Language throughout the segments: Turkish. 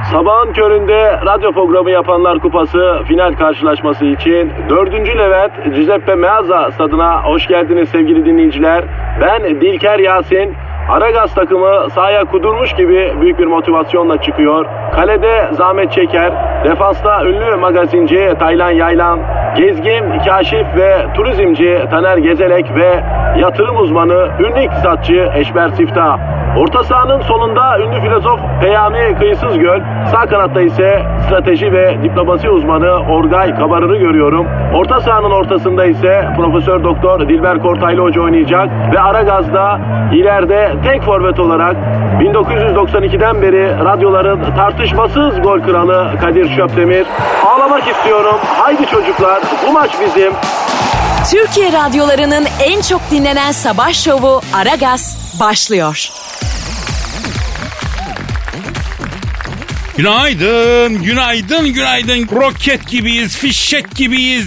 Sabahın köründe radyo programı yapanlar kupası final karşılaşması için 4. Levent Giuseppe Meazza stadına hoş geldiniz sevgili dinleyiciler. Ben Dilker Yasin. Aragaz takımı sahaya kudurmuş gibi büyük bir motivasyonla çıkıyor. Kalede Zahmet Çeker, defansta ünlü magazinci Taylan Yaylan, gezgin, kaşif ve turizmci Taner Gezelek ve yatırım uzmanı, ünlü iktisatçı Eşber Siftah. Orta sahanın solunda ünlü filozof Peyami Kıyısızgöl, sağ kanatta ise strateji ve diplomasi uzmanı Orgay Kabarır'ı görüyorum. Orta sahanın ortasında ise Profesör Doktor Dilber Kortaylı Hoca oynayacak ve Aragaz'da ileride tek forvet olarak 1992'den beri radyoların tartışmasız gol kralı Kadir Şöpdemir. Ağlamak istiyorum. Haydi çocuklar, bu maç bizim. Türkiye radyolarının en çok dinlenen sabah şovu Aragaz başlıyor. Günaydın, günaydın, günaydın. Roket gibiyiz, fişek gibiyiz.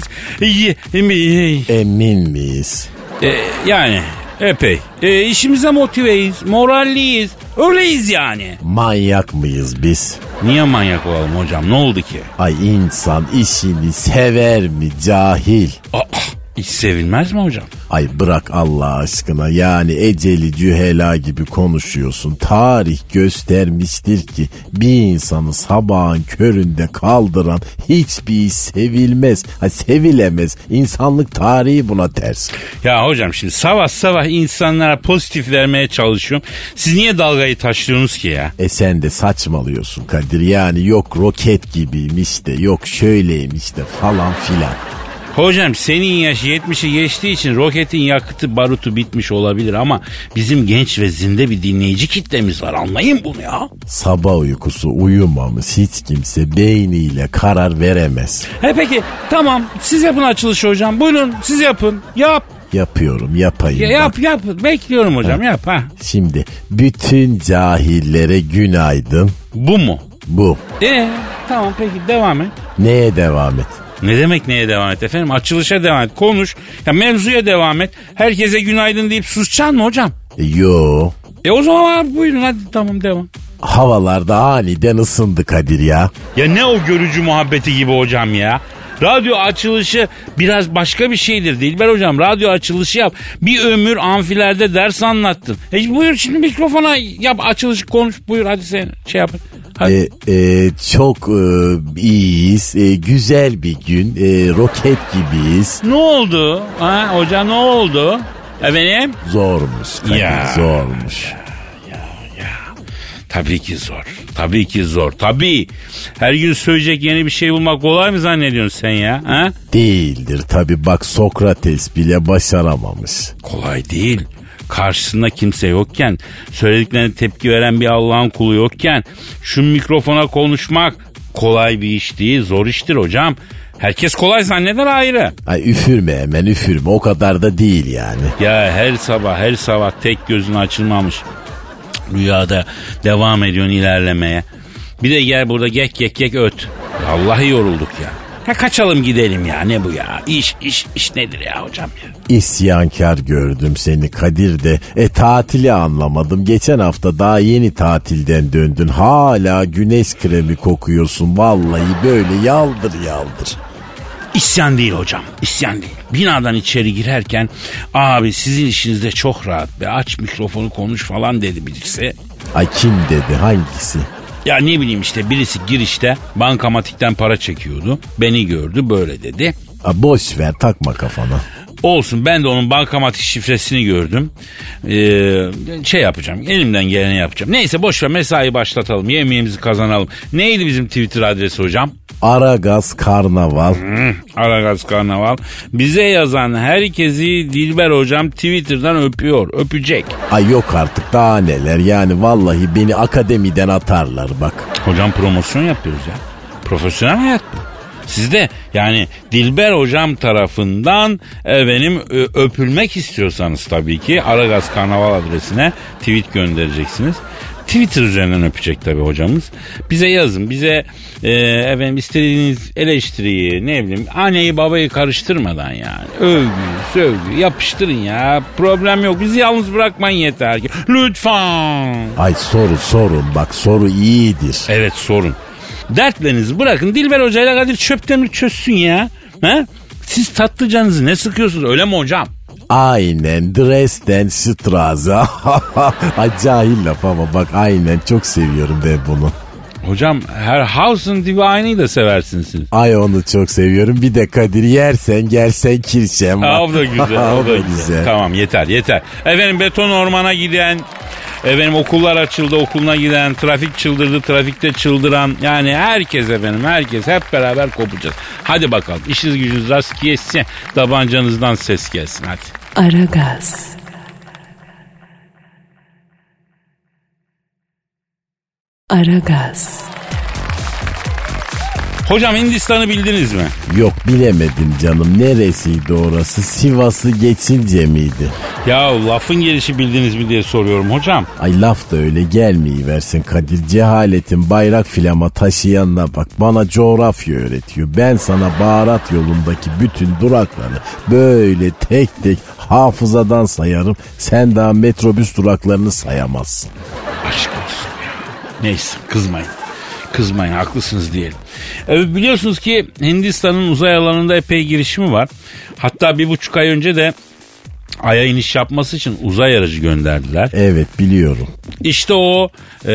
Emin miyiz? Yani epey. İşimize motiveyiz, moralliyiz. Öyleyiz yani. Manyak mıyız biz? Niye manyak olalım hocam? Ne oldu ki? Ay insan işini sever mi cahil? Hiç sevilmez mi hocam? Ay bırak Allah aşkına, yani eceli cühela gibi konuşuyorsun. Tarih göstermiştir ki bir insanı sabahın köründe kaldıran hiçbir iş sevilmez. Sevilemez. İnsanlık tarihi buna ters. Ya hocam şimdi sabah insanlara pozitif vermeye çalışıyorum. Siz niye dalgayı taşıyorsunuz ki ya? Sen de saçmalıyorsun Kadir. Yani yok roket gibiymiş de, yok şöyleymiş de falan filan. Hocam senin yaş 70'i geçtiği için roketin yakıtı barutu bitmiş olabilir ama bizim genç ve zinde bir dinleyici kitlemiz var, anlayın bunu ya. Sabah uykusu uyumamış hiç kimse beyniyle karar veremez. Peki tamam, siz yapın açılışı hocam, buyurun siz yapın, Yapıyorum, yapayım. Yap bekliyorum hocam, yap ha. Şimdi bütün cahillere günaydın. Bu mu? Bu. Tamam peki devam et. Neye devam et? Ne demek neye devam et efendim? Açılışa devam et, konuş. Ya mevzuya devam et. Herkese günaydın deyip susacaksın mı hocam? Yo. O zaman abi buyurun hadi, tamam devam. Havalarda aniden ısındı Kadir ya. Ya ne o görücü muhabbeti gibi hocam ya. Radyo açılışı biraz başka bir şeydir Dilber hocam. Radyo açılışı yap. Bir ömür amfilerde ders anlattın. Buyur şimdi mikrofona yap, açılışı konuş. Buyur hadi sen şey yapın. Çok iyiyiz. Güzel bir gün. Roket gibiyiz. Ne oldu? Hocam ne oldu? Efendim? Zormuş Kadir, zormuş. Tabii ki zor. Tabii ki zor. Tabii. Her gün söyleyecek yeni bir şey bulmak kolay mı zannediyorsun sen ya? Değildir tabii. Bak Sokrates bile başaramamış. Kolay değil. Karşısında kimse yokken, söylediklerine tepki veren bir Allah'ın kulu yokken şu mikrofona konuşmak kolay bir iş değil, zor iştir hocam. Herkes kolay zanneder ayrı. Ay üfürme hemen, üfürme, o kadar da değil yani. Ya her sabah tek gözün açılmamış rüyada devam ediyorsun ilerlemeye. Bir de gel burada gek öt. Vallahi yorulduk ya. Kaçalım gidelim ya, ne bu ya? İş nedir ya hocam ya? İsyankar gördüm seni Kadir de. Tatili anlamadım. Geçen hafta daha yeni tatilden döndün. Hala güneş kremi kokuyorsun. Vallahi böyle yaldır. İsyan değil hocam, isyan değil. Binadan içeri girerken abi sizin işinizde çok rahat be, aç mikrofonu konuş falan dedi birisi. Ay kim dedi, hangisi? Ya ne bileyim işte, birisi girişte bankamatikten para çekiyordu. Beni gördü böyle dedi. Boş ver, takma kafana. Olsun, ben de onun bankamatik şifresini gördüm. Yapacağım, elimden geleni yapacağım. Neyse boş ver, mesai başlatalım, yemeğimizi kazanalım. Neydi bizim Twitter adresi hocam? Aragaz Karnaval. Aragaz Karnaval. Bize yazan herkesi Dilber hocam Twitter'dan öpecek. Ay yok artık, daha neler yani, vallahi beni akademiden atarlar bak. Hocam promosyon yapıyoruz ya. Profesyonel hayat bu. Siz de yani Dilber hocam tarafından öpülmek istiyorsanız tabii ki Aragaz Karnaval adresine tweet göndereceksiniz. Twitter üzerinden öpecek tabii hocamız. Bize yazın. Bize istediğiniz eleştiriyi, ne bileyim, anneyi babayı karıştırmadan yani. Övgü, sövgü yapıştırın ya. Problem yok. Bizi yalnız bırakmayın yeter ki. Lütfen. Ay sorun bak, soru iyidir. Evet sorun. Dertlerinizi bırakın. Dilber Hoca ile Kadir Çöptemir çözsün ya. Ha? Siz tatlı canınızı ne sıkıyorsunuz öyle mi hocam? Aynen, Dresden Straße. Cahil laf ama bak aynen, çok seviyorum ben bunu. Hocam Herrhausen Divine'yi da seversiniz siz. Ay onu çok seviyorum. Bir de Kadir, yersen gelsen kirşem var. O da güzel. O da güzel. Tamam, yeter. Efendim beton ormana giden, efendim okullar açıldı, okuluna giden, trafik çıldırdı, trafikte çıldıran, yani herkes hep beraber kopacağız. Hadi bakalım, işiniz gücünüz rast gelsin, tabancanızdan ses gelsin hadi. Aragaz. Aragaz. Hocam Hindistan'ı bildiniz mi? Yok, bilemedim canım. Neresiydi orası? Sivas'ı geçince miydi? Ya lafın gelişi bildiniz mi diye soruyorum hocam. Ay laf da öyle gelmeyiversin Kadir. Cehaletin bayrak filama taşıyanına bak. Bana coğrafya öğretiyor. Ben sana baharat yolundaki bütün durakları böyle tek tek hafızadan sayarım. Sen daha metrobüs duraklarını sayamazsın. Aşk olsun ya. Neyse, kızmayın, haklısınız diyelim. Biliyorsunuz ki Hindistan'ın uzay alanında epey girişimi var. Hatta 1,5 ay önce de Ay'a iniş yapması için uzay aracı gönderdiler. Evet, biliyorum. İşte o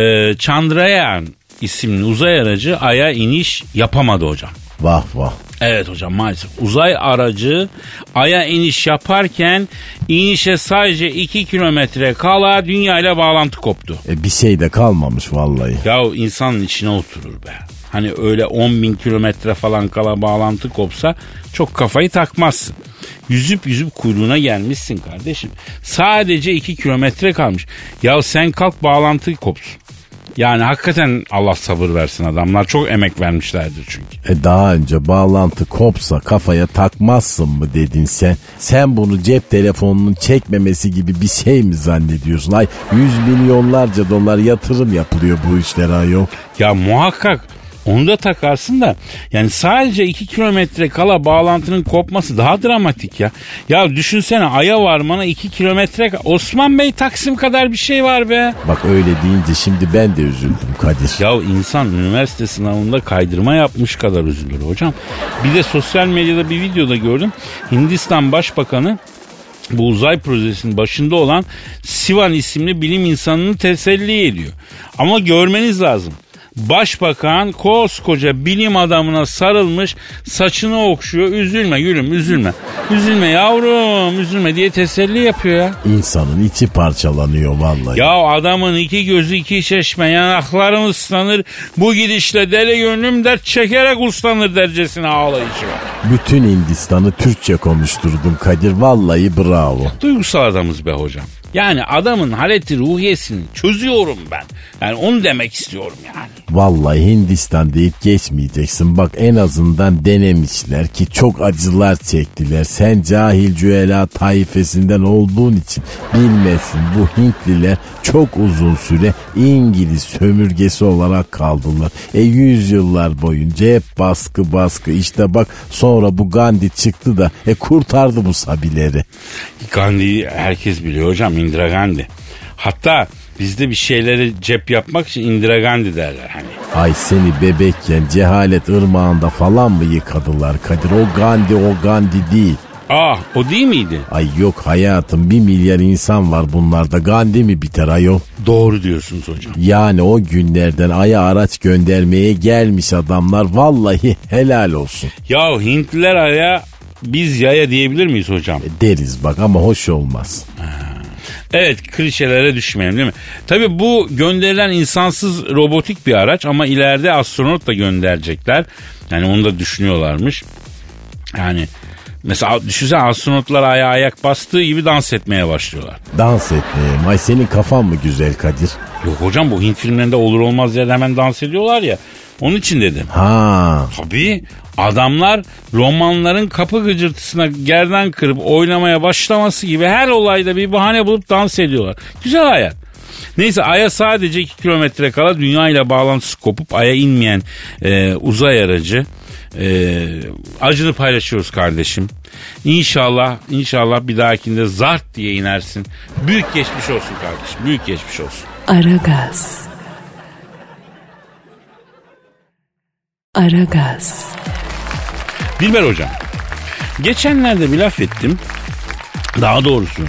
Chandrayaan isimli uzay aracı Ay'a iniş yapamadı hocam. Vah vah. Evet hocam, maalesef. Uzay aracı Ay'a iniş yaparken inişe sadece 2 kilometre kala dünya ile bağlantı koptu. Bir şey de kalmamış vallahi. Ya insanın içine oturur be. Hani öyle 10.000 kilometre falan kala bağlantı kopsa çok kafayı takmazsın. Yüzüp kuyruğuna gelmişsin kardeşim. Sadece 2 kilometre kalmış. Ya sen kalk bağlantı kopsun. Yani hakikaten Allah sabır versin, adamlar çok emek vermişlerdir çünkü. Daha önce bağlantı kopsa kafaya takmazsın mı dedin sen? Sen bunu cep telefonunun çekmemesi gibi bir şey mi zannediyorsun? Ay 100 milyonlarca dolar yatırım yapılıyor bu işlere ayol. Ya muhakkak onu da takarsın da yani sadece 2 kilometre kala bağlantının kopması daha dramatik ya. Ya düşünsene, Ay'a varmana 2 kilometre, Osman Bey Taksim kadar bir şey var be. Bak öyle deyince şimdi ben de üzüldüm Kadir. Ya insan üniversite sınavında kaydırma yapmış kadar üzülür hocam. Bir de sosyal medyada bir videoda gördüm. Hindistan Başbakanı bu uzay projesinin başında olan Sivan isimli bilim insanını teselli ediyor. Ama görmeniz lazım. Başbakan koskoca bilim adamına sarılmış, saçını okşuyor. Üzülme gülüm, üzülme. Üzülme yavrum, üzülme diye teselli yapıyor ya. İnsanın içi parçalanıyor vallahi. Ya adamın 2 gözü 2 çeşme, yanaklarım ıslanır. Bu gidişle deli gönlüm dert çekerek uslanır dercesine ağlayışı var. Bütün Hindistan'ı Türkçe konuşturdun Kadir, vallahi bravo. Duygusal adamız be hocam. Yani adamın haleti ruhiyesini çözüyorum ben. Yani onu demek istiyorum yani. Vallahi Hindistan deyip geçmeyeceksin. Bak en azından denemişler ki çok acılar çektiler. Sen cahil cüela taifesinden olduğun için bilmezsin. Bu Hintliler çok uzun süre İngiliz sömürgesi olarak kaldılar. 100 yıllar boyunca hep baskı. İşte bak sonra bu Gandhi çıktı da kurtardı bu sabileri. Gandhi'yi herkes biliyor hocam, Indira Gandhi. Hatta bizde bir şeyleri cep yapmak için Indira Gandhi derler hani. Ay seni bebekken cehalet ırmağında falan mı yıkadılar Kadir? O Gandhi değil. O değil miydi? Ay yok hayatım, 1 milyar insan var bunlarda. Gandhi mi biter ayol? Doğru diyorsunuz hocam. Yani o günlerden Ay'a araç göndermeye gelmiş adamlar, vallahi helal olsun. Ya Hintliler Ay'a, biz yaya diyebilir miyiz hocam? Deriz bak ama hoş olmaz. Evet, klişelere düşmeyelim değil mi? Tabii bu gönderilen insansız robotik bir araç ama ileride astronot da gönderecekler. Yani onu da düşünüyorlarmış. Yani mesela düşünsene, astronotlar Ay'a ayak bastığı gibi dans etmeye başlıyorlar. Dans etmeye? Ay senin kafan mı güzel Kadir? Yok hocam, bu Hint filmlerinde olur olmaz yerde hemen dans ediyorlar ya. Onun için dedim. Tabii adamlar romanların kapı gıcırtısına gerdan kırıp oynamaya başlaması gibi her olayda bir bahane bulup dans ediyorlar. Güzel hayat. Neyse, Ay'a sadece 2 kilometre kala dünya ile bağlantısı kopup Ay'a inmeyen uzay aracı acını paylaşıyoruz kardeşim. İnşallah bir dahakinde zart diye inersin. Büyük geçmiş olsun kardeşim. Büyük geçmiş olsun. Aragaz. Aragaz. Dilber hocam, geçenlerde bir laf ettim. Daha doğrusu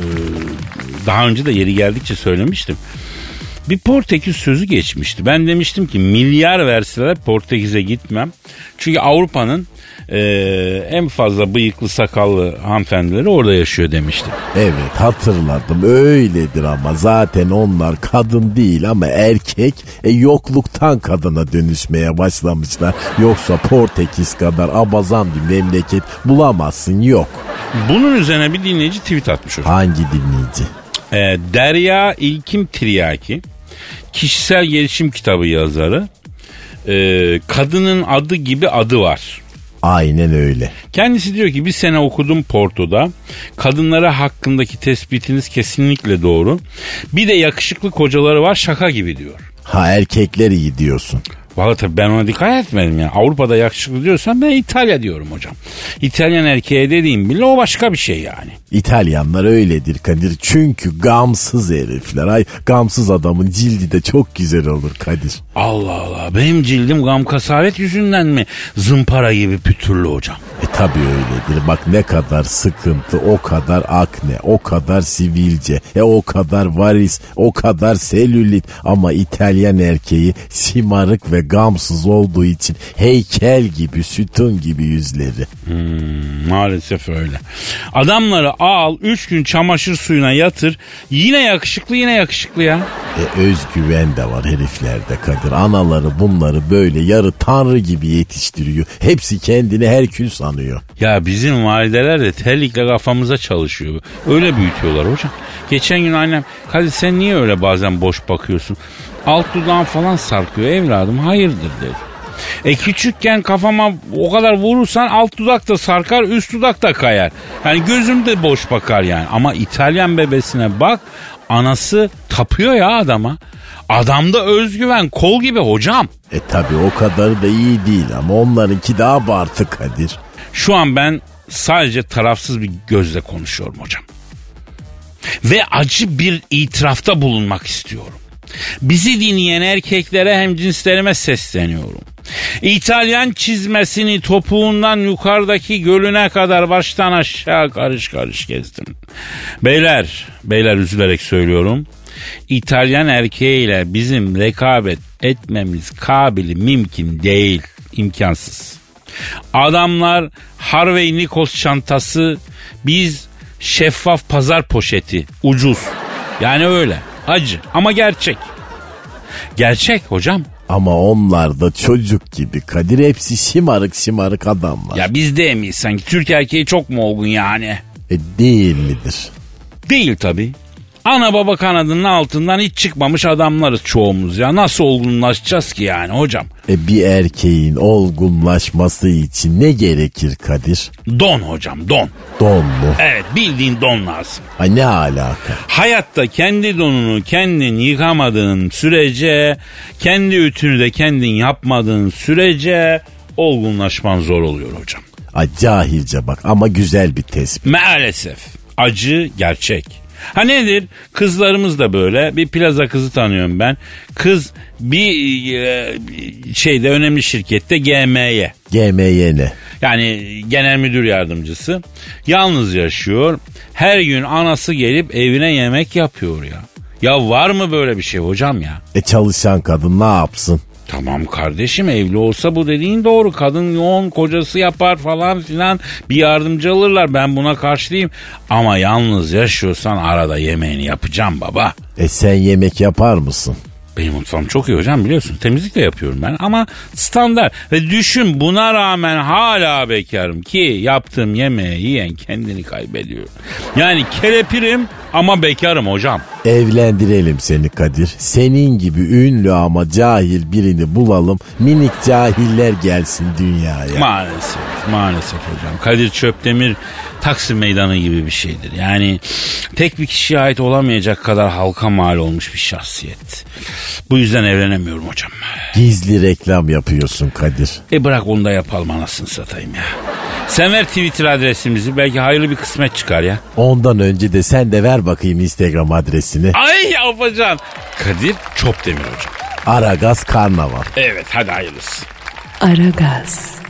daha önce de yeri geldikçe söylemiştim. Bir Portekiz sözü geçmişti. Ben demiştim ki milyar verseler Portekiz'e gitmem. Çünkü Avrupa'nın en fazla bıyıklı sakallı hanımefendileri orada yaşıyor demiştim. Evet, hatırladım, öyledir ama zaten onlar kadın değil ama erkek, yokluktan kadına dönüşmeye başlamışlar. Yoksa Portekiz kadar abazan bir memleket bulamazsın, yok. Bunun üzerine bir dinleyici tweet atmış hocam. Hangi dinleyici? Derya İlkim Tiryaki, kişisel gelişim kitabı yazarı. Kadının adı gibi adı var. Aynen öyle. Kendisi diyor ki bir sene okudum Porto'da. Kadınlara hakkındaki tespitiniz kesinlikle doğru. Bir de yakışıklı kocaları var, şaka gibi diyor. Ha, erkekler iyi diyorsun. Vallahi tabii ben ona dikkat etmedim yani. Avrupa'da yakışıklı diyorsan ben İtalya diyorum hocam. İtalyan erkeğe dediğim bile o başka bir şey yani. İtalyanlar öyledir Kadir. Çünkü gamsız herifler. Ay, gamsız adamın cildi de çok güzel olur Kadir. Allah Allah, benim cildim gam kasavet yüzünden mi zımpara gibi pütürlü hocam? Tabii öyledir. Bak ne kadar sıkıntı, o kadar akne, o kadar sivilce, o kadar varis, o kadar selülit. Ama İtalyan erkeği şımarık ve gamsız olduğu için heykel gibi, sütun gibi yüzleri. Maalesef öyle. Adamları al 3 gün çamaşır suyuna yatır, yine yakışıklı yine yakışıklı ya. Özgüven de var heriflerde Kadir. Anaları bunları böyle yarı tanrı gibi yetiştiriyor. Hepsi kendini Herkül sanıyor. Ya bizim valideler de terlikle kafamıza çalışıyor. Öyle büyütüyorlar hocam. Geçen gün annem, Kadir sen niye öyle bazen boş bakıyorsun? Alt dudağın falan sarkıyor evladım, hayırdır dedi. Küçükken kafama o kadar vurursan alt dudak da sarkar, üst dudak da kayar. Yani gözüm de boş bakar yani. Ama İtalyan bebesine bak, anası tapıyor ya adama. Adamda özgüven kol gibi hocam. Tabii o kadarı da iyi değil ama onlarınki daha abartı Kadir. Şu an ben sadece tarafsız bir gözle konuşuyorum hocam. Ve acı bir itirafta bulunmak istiyorum. Bizi dinleyen erkeklere hemcinslerime sesleniyorum. İtalyan çizmesini topuğundan yukarıdaki gölüne kadar baştan aşağı karış karış gezdim. Beyler üzülerek söylüyorum. İtalyan erkeğiyle bizim rekabet etmemiz kabili mümkün değil, imkansız. Adamlar Harvey Nichols çantası, biz şeffaf pazar poşeti, ucuz. Yani öyle, acı ama gerçek. Gerçek hocam. Ama onlar da çocuk gibi Kadir, hepsi şımarık adamlar. Ya biz de miyiz sanki? Türk erkeği çok mu olgun yani? Değil midir? Değil tabii. Ana baba kanadının altından hiç çıkmamış adamlarız çoğumuz ya. Nasıl olgunlaşacağız ki yani hocam? Bir erkeğin olgunlaşması için ne gerekir Kadir? Don hocam, don. Don mu? Evet, bildiğin don lazım. Ay, ne alaka? Hayatta kendi donunu kendin yıkamadığın sürece, kendi ütünü de kendin yapmadığın sürece olgunlaşman zor oluyor hocam. Ay, cahilce bak ama güzel bir tespit. Maalesef. Acı gerçek. Ha nedir? Kızlarımız da böyle. Bir plaza kızı tanıyorum ben. Kız bir şeyde, önemli şirkette GM'ye. GM'ye ne? Yani genel müdür yardımcısı. Yalnız yaşıyor. Her gün anası gelip evine yemek yapıyor ya. Ya var mı böyle bir şey hocam ya? Çalışan kadın ne yapsın? Tamam kardeşim, evli olsa bu dediğin doğru. Kadın yoğun, kocası yapar falan filan, bir yardımcı alırlar, ben buna karşıyım. Ama yalnız yaşıyorsan arada yemeğini yapacağım baba. Sen yemek yapar mısın? Benim mutfağım çok iyi hocam, biliyorsun. Temizlik de yapıyorum ben ama standart. Ve düşün, buna rağmen hala bekarım ki yaptığım yemeği yiyen kendini kaybediyor. Yani kerepirim ama bekarım hocam. Evlendirelim seni Kadir. Senin gibi ünlü ama cahil birini bulalım. Minik cahiller gelsin dünyaya. Maalesef hocam. Kadir Çöpdemir Taksim Meydanı gibi bir şeydir. Yani tek bir kişiye ait olamayacak kadar halka mal olmuş bir şahsiyet. Bu yüzden evlenemiyorum hocam. Gizli reklam yapıyorsun Kadir. Bırak onu da yapalım, anasını satayım ya. Sen ver Twitter adresimizi, belki hayırlı bir kısmet çıkar ya. Ondan önce de sen de ver bakayım Instagram adresini. Ay yapacaksın. Kadir Çöpdemir hocam. Aragaz Karnaval. Evet, hadi hayırlısı. Aragaz.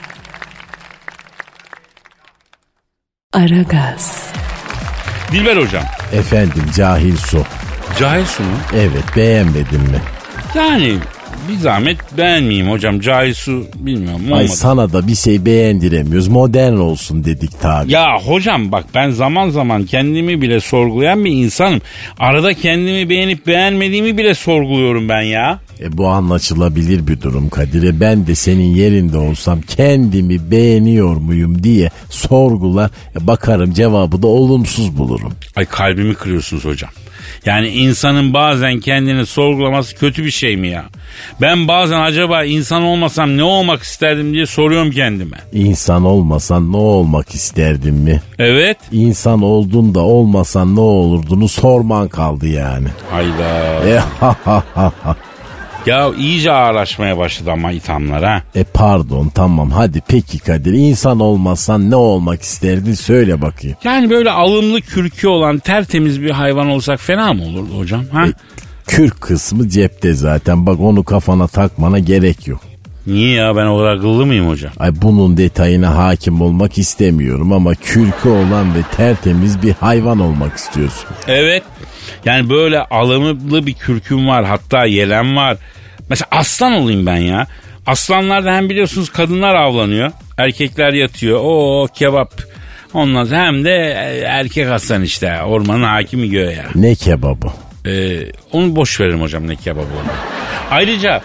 Aragaz. Dilber hocam. Efendim cahil su. Cahil su mu? Evet, beğenmedin mi? Yani bir zahmet beğenmeyeyim hocam. Cahil su bilmiyorum. Olmadı. Ay sana da bir şey beğendiremiyoruz. Modern olsun dedik tabi. Ya hocam bak, ben zaman zaman kendimi bile sorgulayan bir insanım. Arada kendimi beğenip beğenmediğimi bile sorguluyorum ben ya. Bu anlaşılabilir bir durum Kadir'e. Ben de senin yerinde olsam kendimi beğeniyor muyum diye sorgular. Bakarım, cevabı da olumsuz bulurum. Ay kalbimi kırıyorsunuz hocam. Yani insanın bazen kendini sorgulaması kötü bir şey mi ya? Ben bazen acaba insan olmasam ne olmak isterdim diye soruyorum kendime. İnsan olmasan ne olmak isterdin mi? Evet. İnsan oldun da olmasan ne olurdunu sorman kaldı yani. Hayda. Ya iyice ağırlaşmaya başladı ama ithamlar ha. Pardon, tamam, hadi peki Kadir, insan olmasan ne olmak isterdin, söyle bakayım. Yani böyle alımlı kürkü olan tertemiz bir hayvan olsak fena mı olurdu hocam? Ha? Kürk kısmı cepte zaten, bak onu kafana takmana gerek yok. Niye ya, ben o kadar akıllı mıyım hocam? Ay bunun detayına hakim olmak istemiyorum ama kürkü olan ve tertemiz bir hayvan olmak istiyorsun. Evet. Yani böyle alımlı bir kürküm var, hatta yelen var. Mesela aslan olayım ben ya. Aslanlarda hem biliyorsunuz kadınlar avlanıyor, erkekler yatıyor. Oo kebap. Ondan sonra hem de erkek aslan işte, ormanın hakimi göğe. Ne kebabı? Onu boş veririm hocam, ne kebabı onu. Ayrıca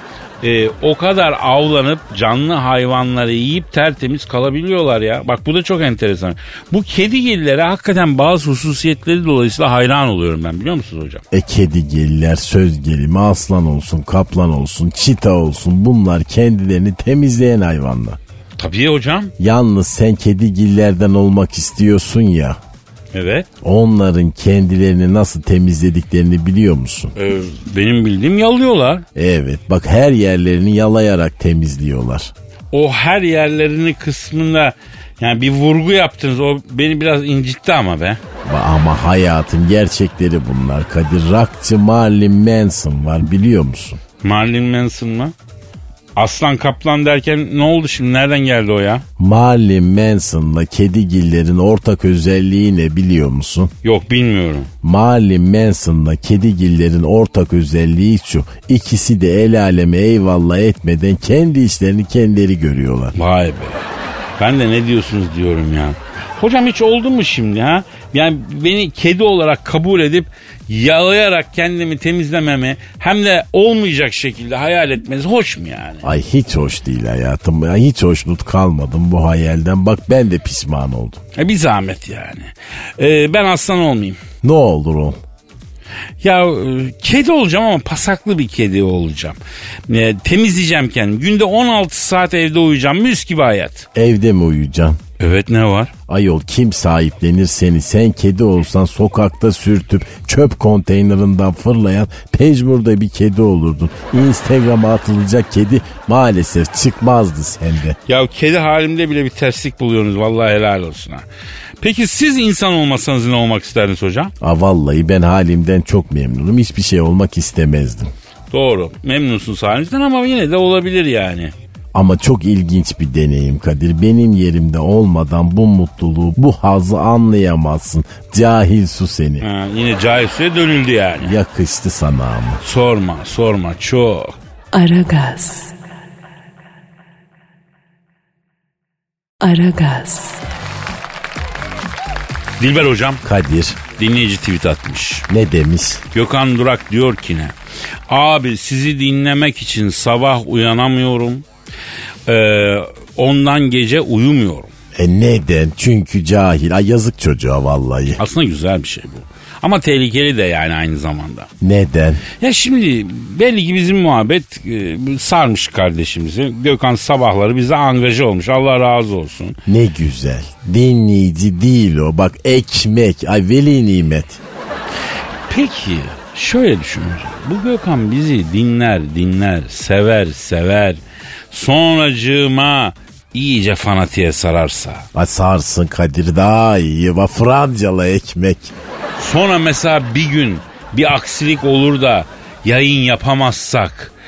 o kadar avlanıp canlı hayvanları yiyip tertemiz kalabiliyorlar ya. Bak bu da çok enteresan. Bu kedigillere hakikaten bazı hususiyetleri dolayısıyla hayran oluyorum ben, biliyor musunuz hocam? Kedigiller, söz gelimi, aslan olsun, kaplan olsun, çita olsun, bunlar kendilerini temizleyen hayvanlar. Tabii hocam. Yalnız sen kedigillerden olmak istiyorsun ya. Evet. Onların kendilerini nasıl temizlediklerini biliyor musun? Benim bildiğim yalıyorlar. Evet, bak her yerlerini yalayarak temizliyorlar. O her yerlerini kısmında yani bir vurgu yaptınız, o beni biraz incitti ama be. Ama hayatın gerçekleri bunlar Kadir. Rockçı Marilyn Manson var, biliyor musun? Marilyn Manson mı? Aslan kaplan derken ne oldu şimdi, nereden geldi o ya? Marilyn Manson'la kedigillerin ortak özelliği ne biliyor musun? Yok, bilmiyorum. Marilyn Manson'la kedigillerin ortak özelliği şu: İkisi de el aleme eyvallah etmeden kendi işlerini kendileri görüyorlar. Vay be. Ben de ne diyorsunuz diyorum ya. Hocam hiç oldu mu şimdi ha? Yani beni kedi olarak kabul edip yalayarak kendimi temizlememi hem de olmayacak şekilde hayal etmeniz hoş mu yani? Ay hiç hoş değil hayatım. Ya hiç hoşnut kalmadım bu hayalden. Bak ben de pişman oldum. Bir zahmet yani. Ben aslan olmayayım. Ne olur ol. Ya kedi olacağım ama pasaklı bir kedi olacağım. Temizleyeceğim kendimi. Günde 16 saat evde uyuyacağım. Mis gibi hayat. Evde mi uyuyacaksın? Evet, ne var? Ayol kim sahiplenir seni? Sen kedi olsan sokakta sürtüp çöp konteynerinden fırlayan pejmurda bir kedi olurdun. Instagram'a atılacak kedi maalesef çıkmazdı sende. Ya kedi halimde bile bir terslik buluyorsunuz. Vallahi helal olsun ha. Peki siz insan olmasanız ne olmak isterdiniz hocam? Vallahi ben halimden çok memnunum. Hiçbir şey olmak istemezdim. Doğru. Memnunsunuz halinizden ama yine de olabilir yani. Ama çok ilginç bir deneyim Kadir. Benim yerimde olmadan bu mutluluğu, bu hazzı anlayamazsın. Cahil su seni. Yine cahil suya dönüldü yani. Yakıştı sana ama. Sorma çok. Aragaz. Aragaz. Dilber hocam. Kadir. Dinleyici tweet atmış. Ne demiş? Gökhan Durak diyor ki ne? Abi sizi dinlemek için sabah uyanamıyorum. Ondan gece uyumuyorum. Neden? Çünkü cahil. Ay yazık çocuğa vallahi. Aslında güzel bir şey bu. Ama tehlikeli de yani aynı zamanda. Neden? Ya şimdi belli ki bizim muhabbet sarmış kardeşimizi. Gökhan sabahları bize angaje olmuş. Allah razı olsun. Ne güzel. Dinleyici değil o. Bak ekmek. Ay veli nimet. Peki şöyle düşün. Bu Gökhan bizi dinler, sever. Sonracığıma iyice fanatiğe sararsa. Sarsın Kadir, daha iyi. Francalı ekmek. Sonra mesela bir gün bir aksilik olur da yayın yapamazsak,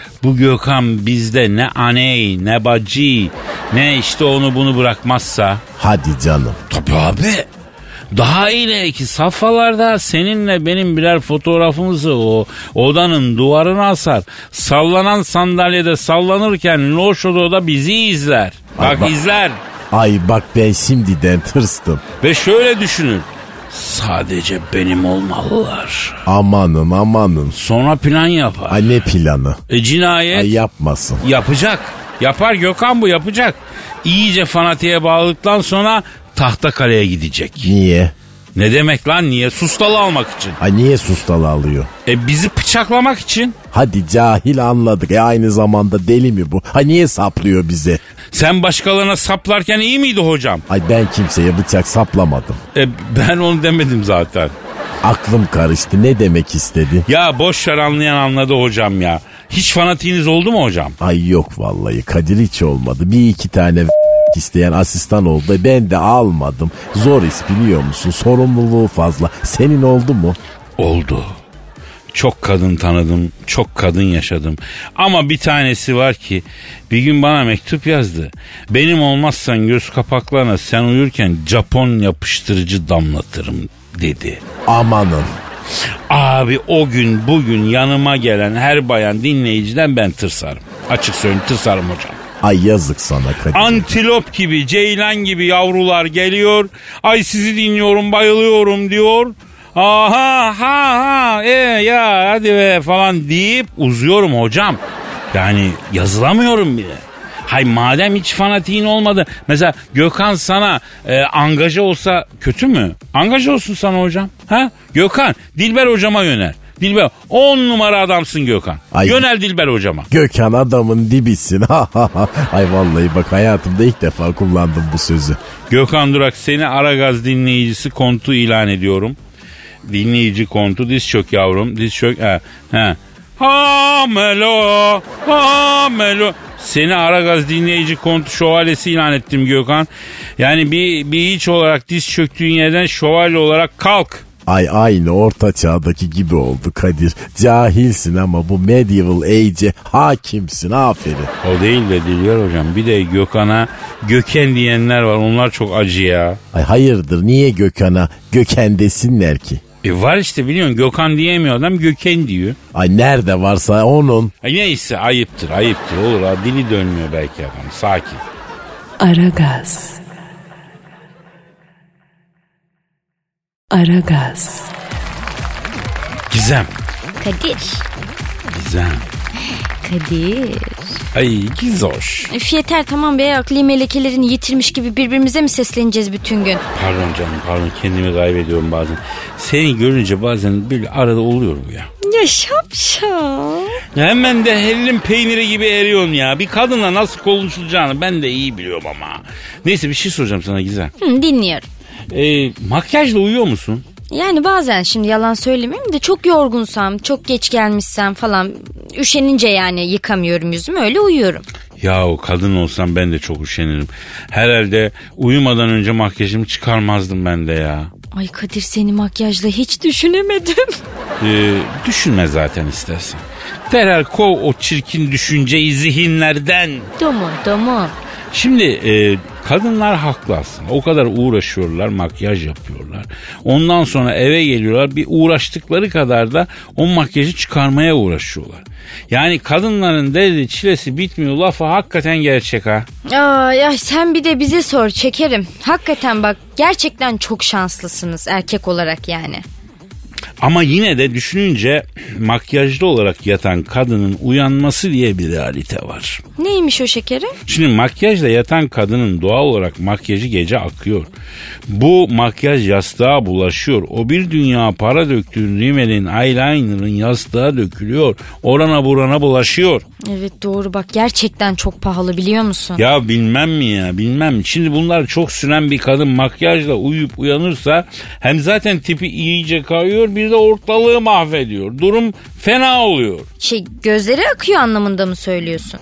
bu Gökhan bizde ne aney ne bacı ne işte onu bunu bırakmazsa. Hadi canım. Tabii abi. Daha ileriki safhalarda seninle benim birer fotoğrafımızı o odanın duvarına asar. Sallanan sandalyede sallanırken loş odada bizi izler. Bak izler. Ay bak ben şimdiden tırstım. Ve şöyle düşünün. Sadece benim olmalılar. Amanın. Sonra plan yapar. Ay ne planı? Cinayet. Ay yapmasın. Yapacak. Yapar Gökhan, bu yapacak. İyice fanatiğe bağladıktan sonra Tahtakale'ye gidecek. Niye? Ne demek lan niye? Sustalı almak için. Ay niye sustalı alıyor? Bizi bıçaklamak için. Hadi cahil anladık. Aynı zamanda deli mi bu? Ha niye saplıyor bize? Sen başkalarına saplarken iyi miydi hocam? Ay ben kimseye bıçak saplamadım. Ben onu demedim zaten. Aklım karıştı. Ne demek istedi? Ya boş ver, anlayan anladı hocam ya. Hiç fanatiğiniz oldu mu hocam? Ay yok vallahi Kadir, hiç olmadı. Bir iki tane isteyen asistan oldu. Ben de almadım. Zor iş biliyor musun? Sorumluluğu fazla. Senin oldu mu? Oldu. Çok kadın tanıdım, çok kadın yaşadım. Ama bir tanesi var ki bir gün bana mektup yazdı. Benim olmazsan göz kapaklarına sen uyurken Japon yapıştırıcı damlatırım dedi. Amanın. Abi o gün bugün yanıma gelen her bayan dinleyiciden ben tırsarım. Açık söyleyeyim, tırsarım hocam. Ay yazık sana Kadir. Antilop gibi, ceylan gibi yavrular geliyor. Ay sizi dinliyorum, bayılıyorum diyor. Ya hadi be falan deyip uzuyorum hocam. Yani yazılamıyorum bile. Hay madem hiç fanatiğin olmadı. Mesela Gökhan sana angaja olsa kötü mü? Angaja olsun sana hocam. Ha? Gökhan Dilber hocama yönel. Dilber 10 numara adamsın Gökhan. Ay, yönel Dilber hocama. Gökhan adamın dibisin. Ay vallahi bak hayatımda ilk defa kullandım bu sözü. Gökhan Durak, seni Aragaz dinleyicisi kontu ilan ediyorum. Dinleyici kontu, diz çök yavrum, diz çök. Ha melo. Seni Aragaz dinleyici kontu şövalyesi ilan ettim Gökhan. Yani bir hiç olarak diz çöktüğün yerden şövalye olarak kalk. Ay aynı orta çağdaki gibi oldu Kadir. Cahilsin ama bu medieval age'e hakimsin, aferin. O değil de Dilber hocam, bir de Gökhan'a Göken diyenler var, onlar çok acı ya. Ay hayırdır, niye Gökhan'a Göken desinler ki? Var işte, biliyorsun Gökhan diyemiyor adam, Göken diyor. Ay nerede varsa onun. Ay neyse, ayıptır olur ha, dili dönmüyor belki adam, sakin. Aragaz. Gizem. Kadir. Ay Gizoş. Yeter tamam be, akli melekelerini yitirmiş gibi birbirimize mi sesleneceğiz bütün gün? Pardon canım, kendimi kaybediyorum bazen. Seni görünce bazen böyle arada oluyor bu ya. Ya şapşal. Hemen de hellim peyniri gibi eriyorsun ya. Bir kadınla nasıl konuşulacağını ben de iyi biliyorum ama. Neyse, bir şey soracağım sana Gizem. Dinliyorum. Makyajla uyuyor musun? Yani bazen, şimdi yalan söylemeyeyim de, çok yorgunsam, çok geç gelmişsem falan, üşenince yani yıkamıyorum yüzümü, öyle uyuyorum. Yahu kadın olsam ben de çok üşenirim. Herhalde uyumadan önce makyajımı çıkarmazdım ben de ya. Ay Kadir, seni makyajla hiç düşünemedim. Düşünme zaten istersen. Derhal kov o çirkin düşünceyi zihinlerden. Tamam. Şimdi kadınlar haklı aslında. O kadar uğraşıyorlar, makyaj yapıyorlar. Ondan sonra eve geliyorlar, bir uğraştıkları kadar da o makyajı çıkarmaya uğraşıyorlar. Yani kadınların derdi çilesi bitmiyor lafı hakikaten gerçek ha. Ay sen bir de bize sor, çekerim. Hakikaten bak, gerçekten çok şanslısınız erkek olarak yani. Ama yine de düşününce makyajlı olarak yatan kadının uyanması diye bir realite var. Neymiş o şekerim? Şimdi makyajla yatan kadının doğal olarak makyajı gece akıyor. Bu makyaj yastığa bulaşıyor. O bir dünya para döktüğün rimelin, eyeliner'ın yastığa dökülüyor. Orana burana bulaşıyor. Evet doğru, bak gerçekten çok pahalı, biliyor musun? Ya bilmem mi? Şimdi bunlar çok süren bir kadın makyajla uyuyup uyanırsa hem zaten tipi iyice kayıyor, bir de ortalığı mahvediyor. Durum fena oluyor. Gözleri akıyor anlamında mı söylüyorsun?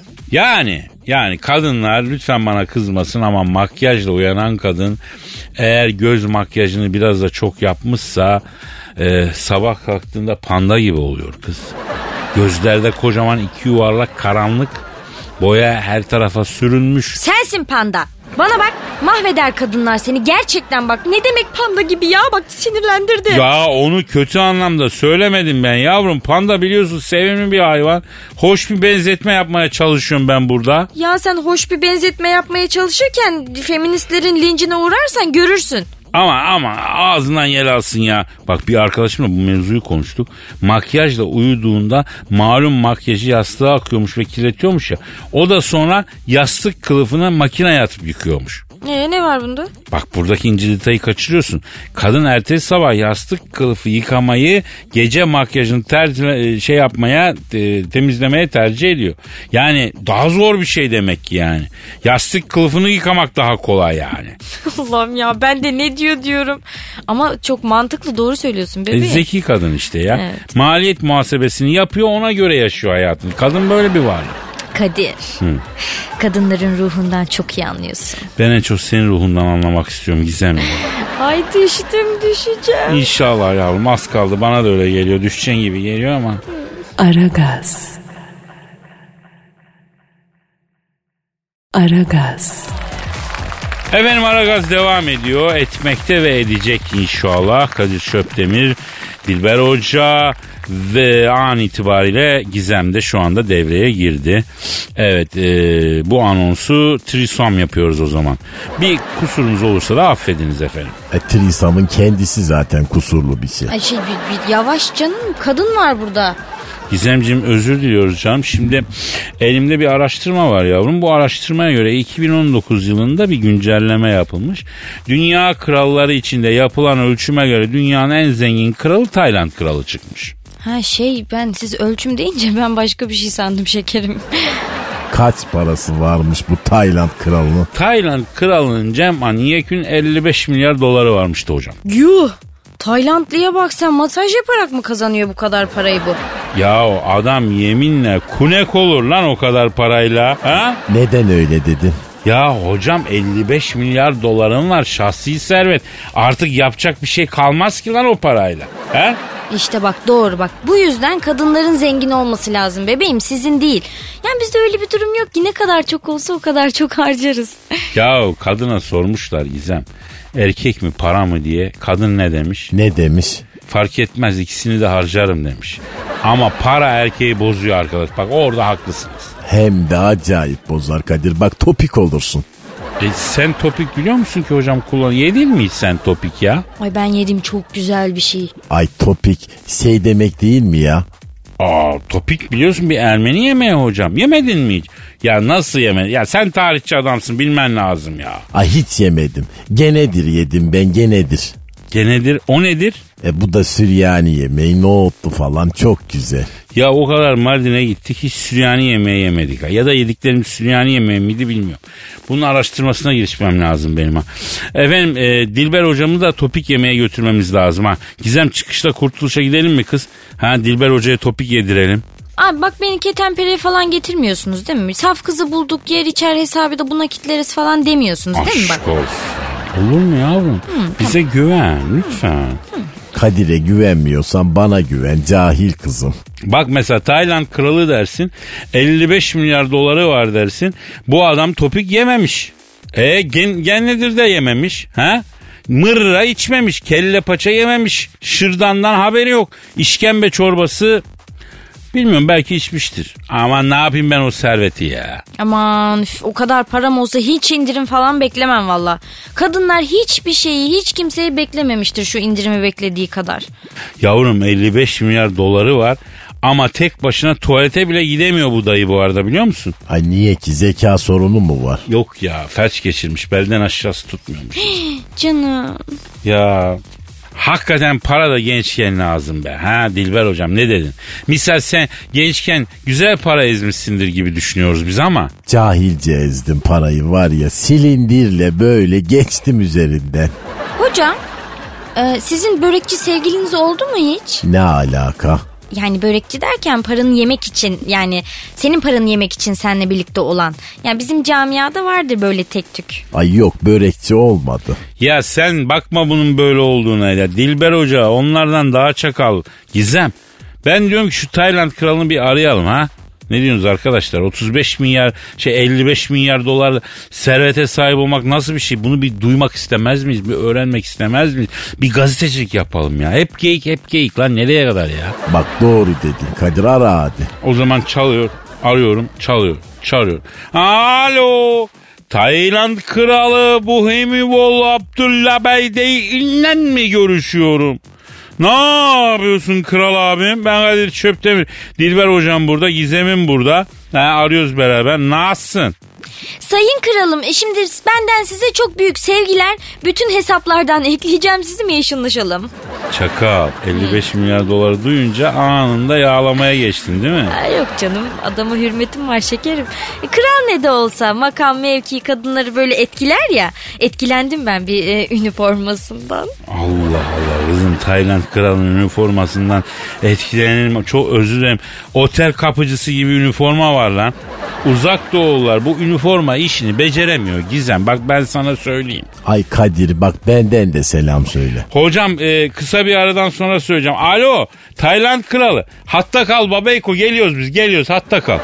Yani kadınlar lütfen bana kızmasın ama makyajla uyanan kadın eğer göz makyajını biraz da çok yapmışsa sabah kalktığında panda gibi oluyor kız. Gözlerde kocaman iki yuvarlak karanlık. Boya her tarafa sürünmüş. Sensin panda. Bana bak, mahveder kadınlar seni gerçekten bak. Ne demek panda gibi ya, bak sinirlendirdi. Ya onu kötü anlamda söylemedim ben yavrum. Panda biliyorsun sevimli bir hayvan. Hoş bir benzetme yapmaya çalışıyorum ben burada. Ya sen hoş bir benzetme yapmaya çalışırken feministlerin lincine uğrarsan görürsün. Ama ağzından yel alsın ya. Bak bir arkadaşımla bu mevzuyu konuştuk. Makyajla uyuduğunda malum makyajı yastığa akıyormuş ve kirletiyormuş ya. O da sonra yastık kılıfına makineye atıp yıkıyormuş. Ne var bunda? Bak buradaki ince detayı kaçırıyorsun. Kadın ertesi sabah yastık kılıfı yıkamayı gece makyajını temizlemeye tercih ediyor. Yani daha zor bir şey demek ki yani. Yastık kılıfını yıkamak daha kolay yani. Allah'ım ya, ben de ne diyorum. Ama çok mantıklı, doğru söylüyorsun bebeğim. Zeki kadın işte ya. Evet. Maliyet muhasebesini yapıyor, ona göre yaşıyor hayatını. Kadın böyle bir varlık. Kadir. Kadınların ruhundan çok iyi anlıyorsun. Ben en çok senin ruhundan anlamak istiyorum Gizem. Ay düşeceğim. İnşallah yavrum, az kaldı, bana da öyle geliyor. Düşeceğin gibi geliyor ama. Aragaz. Efendim Aragaz devam ediyor. Etmekte ve edecek inşallah. Kadir Şöpdemir, Dilber Hoca ve an itibariyle Gizem de şu anda devreye girdi. Evet, bu anonsu trisom yapıyoruz o zaman. Bir kusurumuz olursa da affediniz efendim. Trisam'ın kendisi zaten kusurlu bir şey. Ay bir yavaş canım, kadın var burada. Gizemciğim özür diliyoruz canım. Şimdi elimde bir araştırma var yavrum. Bu araştırmaya göre 2019 yılında bir güncelleme yapılmış. Dünya kralları içinde yapılan ölçüme göre dünyanın en zengin kralı Tayland kralı çıkmış. Ben siz ölçüm deyince ben başka bir şey sandım şekerim. Kaç parası varmış bu Tayland kralının? Tayland kralının Cem'an yekün 55 milyar doları varmıştı hocam. Yuh! Taylandlıya bak, sen masaj yaparak mı kazanıyor bu kadar parayı bu? Ya o adam yeminle kunek olur lan o kadar parayla. Ha? Neden öyle dedin? Ya hocam 55 milyar doların var, şahsi servet. Artık yapacak bir şey kalmaz ki lan o parayla. Ha? İşte bak, doğru bak. Bu yüzden kadınların zengin olması lazım bebeğim, sizin değil. Yani bizde öyle bir durum yok ki, ne kadar çok olsa o kadar çok harcarız. Ya kadına sormuşlar Gizem. Erkek mi para mı diye. Kadın ne demiş? Ne demiş? Fark etmez, ikisini de harcarım demiş. Ama para erkeği bozuyor arkadaş. Bak orada haklısınız. Hem de acayip bozar Kadir. Bak topik olursun. Sen topik biliyor musun ki hocam kullan? Yedin mi hiç sen topik ya? Ay ben yedim, çok güzel bir şey. Ay topik şey demek değil mi ya? Topik biliyorsun bir Ermeni yemeği hocam. Yemedin mi hiç? Ya nasıl yemedin? Ya sen tarihçi adamsın, bilmen lazım ya. Ay hiç yemedim. Genedir yedim ben, genedir. Genedir, o nedir? Bu da Süryani yemeği, nohutlu falan, çok güzel. Ya o kadar Mardin'e gittik, hiç Süryani yemeği yemedik. Ya da yediklerimiz Süryani yemeği miydi bilmiyorum. Bunun araştırmasına girişmem lazım benim ha. Efendim Dilber hocamı da topik yemeğe götürmemiz lazım ha. Gizem çıkışta Kurtuluş'a gidelim mi kız? Dilber hocaya topik yedirelim. Abi bak, beni ketenpereye falan getirmiyorsunuz değil mi? Saf kızı bulduk, yer içer hesabı da buna kitleriz falan demiyorsunuz değil mi? Bak. Aşk olsun. Olur mu yavrum? Bize güven lütfen. Kadir'e güvenmiyorsan bana güven cahil kızım. Bak mesela Tayland kralı dersin, 55 milyar doları var dersin. Bu adam topik yememiş. Gennedir de yememiş. Mırra içmemiş, kelle paça yememiş. Şırdandan haberi yok. İşkembe çorbası bilmiyorum, belki içmiştir. Ama ne yapayım ben o serveti ya. Aman o kadar param olsa hiç indirim falan beklemem valla. Kadınlar hiçbir şeyi, hiç kimseyi beklememiştir şu indirimi beklediği kadar. Yavrum 55 milyar doları var ama tek başına tuvalete bile gidemiyor bu dayı bu arada, biliyor musun? Ay niye ki, zeka sorunu mu var? Yok ya, felç geçirmiş, belden aşağısı tutmuyormuş. Canım. Ya hakikaten para da gençken lazım be. Dilber hocam ne dedin? Misal sen gençken güzel para ezmişsindir gibi düşünüyoruz biz ama. Cahilce ezdim parayı var ya, silindirle böyle geçtim üzerinden. Hocam sizin börekçi sevgiliniz oldu mu hiç? Ne alaka? Yani börekçi derken paranı yemek için, yani senin paranı yemek için seninle birlikte olan. Yani bizim camiada vardır böyle tek tük. Ay yok, börekçi olmadı. Ya sen bakma bunun böyle olduğuna ya. Dilber Hoca onlardan daha çakal. Gizem, Ben diyorum ki şu Tayland kralını bir arayalım ha. Ne diyorsunuz arkadaşlar? 55 milyar dolar servete sahip olmak nasıl bir şey? Bunu bir duymak istemez miyiz? Bir öğrenmek istemez miyiz? Bir gazetecilik yapalım ya. Hep geyik lan, nereye kadar ya? Bak doğru dedin Kadir, ara hadi. O zaman çalıyor, arıyorum, çalıyor. Alo, Tayland kralı Buhemibol Abdullah Bey ile mi görüşüyorum? Ne yapıyorsun kral abim? Ben Kadir Çöptemir. Dilber hocam burada, Gizem'im burada. Arıyoruz beraber. Nasılsın? Sayın kralım, şimdi benden size çok büyük sevgiler. Bütün hesaplardan ekleyeceğim, sizi mi yaşınlaşalım? Çakal, 55 milyar doları duyunca anında yağlamaya geçtin değil mi? Yok canım, adama hürmetim var şekerim. Kral ne de olsa makam mevki kadınları böyle etkiler ya. Etkilendim ben bir üniformasından. Allah Allah kızım, Tayland kralının üniformasından etkilenelim. Çok özür dilerim. Otel kapıcısı gibi üniforma var lan. Uzak Doğulular bu üniforma işini beceremiyor Gizem. Bak ben sana söyleyeyim. Ay Kadir bak, benden de selam söyle. Hocam kısa bir aradan sonra söyleyeceğim. Alo, Tayland kralı. Hatta kal babayko, geliyoruz biz, geliyoruz, hatta kal.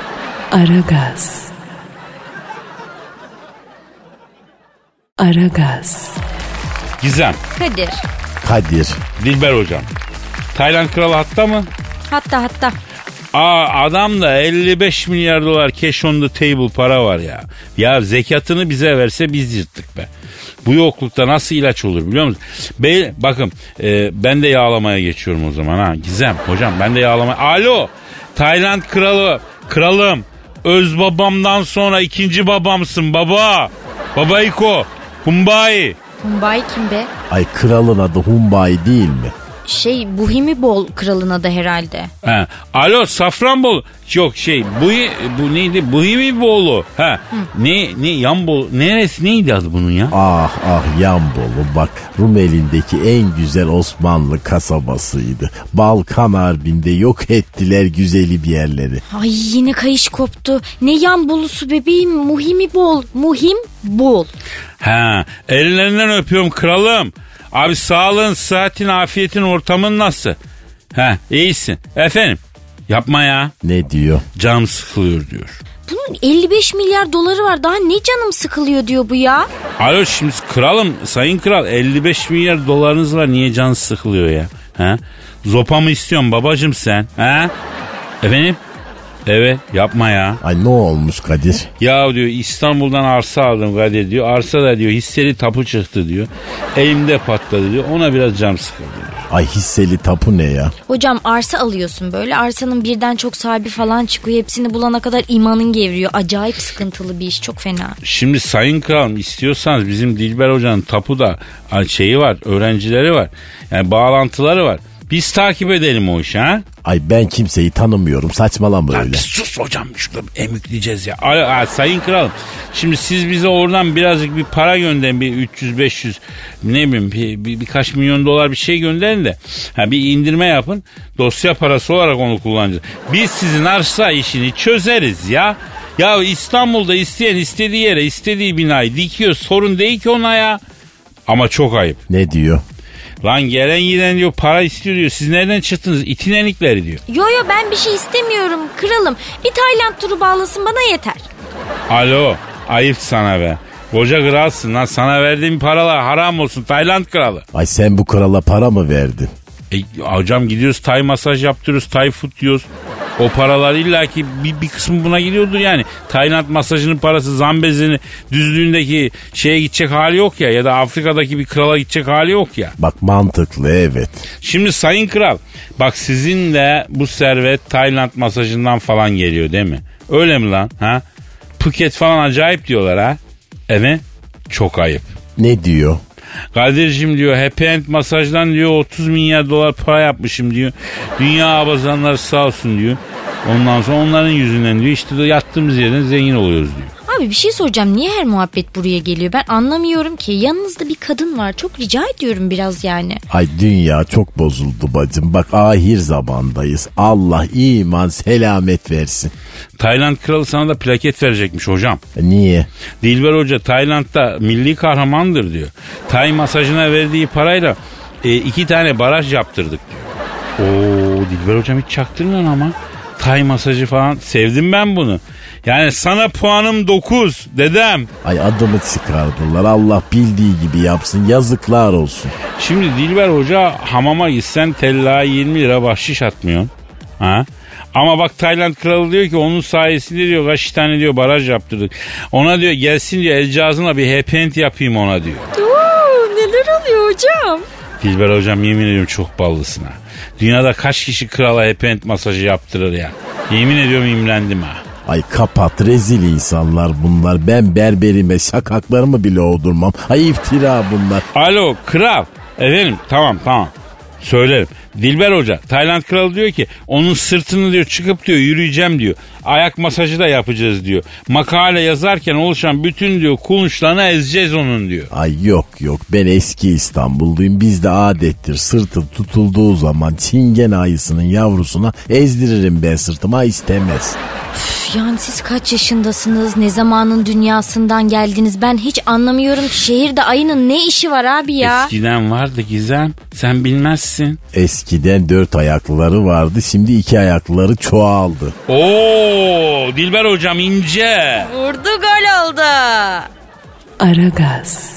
Aragaz. Gizem. Kadir. Dilber hocam. Tayland kralı hatta mı? Hatta. Adamda 55 milyar dolar cash on the table para var ya. Ya zekatını bize verse biz yırttık be. Bu yoklukta nasıl ilaç olur biliyor musun? Bakın ben de yağlamaya geçiyorum o zaman ha. Gizem hocam, ben de yağlamaya. Alo, Tayland kralı, kralım. Öz babamdan sonra ikinci babamsın baba. Babayko, Humbai. Humbai kim be? Ay kralın adı Humbai değil mi? Buhemibol kralına da herhalde. Alo Safranbolu. Yok bu neydi? Buhemibolu. Ne Yanbolu. Neresi, neydi adı bunun ya? Ah Yanbolu, bak Rumeli'ndeki en güzel Osmanlı kasabasıydı. Balkan Harbi'nde yok ettiler güzeli bir yerleri. Ay yine kayış koptu. Ne Yanbolusu bebeğim, Muhimibol. Ellerinden öpüyorum kralım. Abi sağlığın, sıhhatin, afiyetin, ortamın nasıl? İyisin. Efendim? Yapma ya. Ne diyor? Canım sıkılıyor diyor. Bunun 55 milyar doları var. Daha ne canım sıkılıyor diyor bu ya. Alo şimdi kralım, sayın kral, 55 milyar dolarınız var. Niye canı sıkılıyor ya? Zopa mı istiyorsun babacım sen? Efendim? Evet, yapma ya. Ay ne olmuş Kadir? Ya diyor, İstanbul'dan arsa aldım Kadir diyor. Arsa da diyor hisseli tapu çıktı diyor. Elimde patladı diyor. Ona biraz canım sıkıldı diyor. Ay hisseli tapu ne ya? Hocam arsa alıyorsun böyle. Arsanın birden çok sahibi falan çıkıyor. Hepsini bulana kadar imanın gevriyor. Acayip sıkıntılı bir iş, çok fena. Şimdi sayın kralım, istiyorsanız bizim Dilber Hoca'nın tapuda şeyi var, öğrencileri var. Yani bağlantıları var. Biz takip edelim o işi ha. Ay ben kimseyi tanımıyorum, saçmalama öyle. Sus hocam, şurada emükleyeceğiz ya. Sayın kralım, şimdi siz bize oradan birazcık bir para gönderin, bir 300-500 ne bileyim birkaç milyon dolar bir şey gönderin de bir indirme yapın, dosya parası olarak onu kullanacağız. Biz sizin arsa işini çözeriz ya. Ya İstanbul'da isteyen istediği yere istediği binayı dikiyor, sorun değil ki ona ya. Ama çok ayıp. Ne diyor? Lan gelen giden diyor para istiyor diyor. Siz nereden çıktınız? İtin enikleri diyor. Yo ben bir şey istemiyorum kralım. Bir Tayland turu bağlasın bana yeter. Alo, ayıp sana be. Koca kralsın lan, sana verdiğim paralar haram olsun Tayland kralı. Ay sen bu krala para mı verdin? Hocam gidiyoruz Tay masaj yaptırıyoruz, Tay food diyoruz. O paralar illaki bir kısmı buna gidiyordur yani. Tayland masajının parası Zambezini düzlüğündeki şeye gidecek hali yok ya. Ya da Afrika'daki bir krala gidecek hali yok ya. Bak mantıklı, evet. Şimdi sayın kral, bak sizin de bu servet Tayland masajından falan geliyor değil mi? Öyle mi lan? Phuket falan acayip diyorlar ha. Evet, çok ayıp. Ne diyor? Kadir'cim diyor, Happy End masajdan diyor 30 milyar dolar para yapmışım diyor. Dünya abazanları sağ olsun diyor. Ondan sonra onların yüzünden diyor işte yattığımız yerden zengin oluyoruz diyor. Abi bir şey soracağım, niye her muhabbet buraya geliyor? Ben anlamıyorum ki. Yanınızda bir kadın var, çok rica ediyorum biraz yani. Ay dünya çok bozuldu bacım. Bak ahir zamandayız. Allah iman selamet versin. Tayland kralı sana da plaket verecekmiş hocam. Niye? Dilber Hoca Tayland'da milli kahramandır diyor. Tay masajına verdiği parayla 2 tane baraj yaptırdık diyor. Oo Dilber hocam hiç çaktırmıyorsun ama. Tay masajı falan sevdim ben bunu. Yani sana puanım 9 dedem. Ay adımı çıkardılar. Allah bildiği gibi yapsın. Yazıklar olsun. Şimdi Dilber Hoca hamama gitsen tellağa 20 lira bahşiş atmıyorsun. Ha? Ama bak Tayland kralı diyor ki onun sayesinde diyor kaç tane diyor baraj yaptırdık. Ona diyor gelsin diyor el cihazına bir happy end yapayım ona diyor. Neler oluyor hocam? Dilber hocam yemin ediyorum çok ballısın ha. Dünyada kaç kişi krala happy end masajı yaptırır ya. Yemin ediyorum imrendim ha. Ay kapat, rezil insanlar bunlar. Ben berberime şakaklarımı bile oldurmam. Ay iftira bunlar. Alo kral. Efendim tamam. Söylerim. Dilber Hoca Tayland kralı diyor ki onun sırtını diyor çıkıp diyor yürüyeceğim diyor. Ayak masajı da yapacağız diyor. Makale yazarken oluşan bütün diyor kulunçlarını ezeceğiz onun diyor. Ay yok ben eski İstanbulluyum. Bizde adettir sırtı tutulduğu zaman çingen ayısının yavrusuna ezdiririm ben sırtıma, istemez. Yani siz kaç yaşındasınız? Ne zamanın dünyasından geldiniz? Ben hiç anlamıyorum ki şehirde ayının ne işi var abi ya? Eskiden vardı Gizem. Sen bilmezsin. Eskiden 4 ayaklıları vardı. Şimdi 2 ayaklıları çoğaldı. Oo, Dilber hocam ince. Vurdu gol oldu. Aragaz.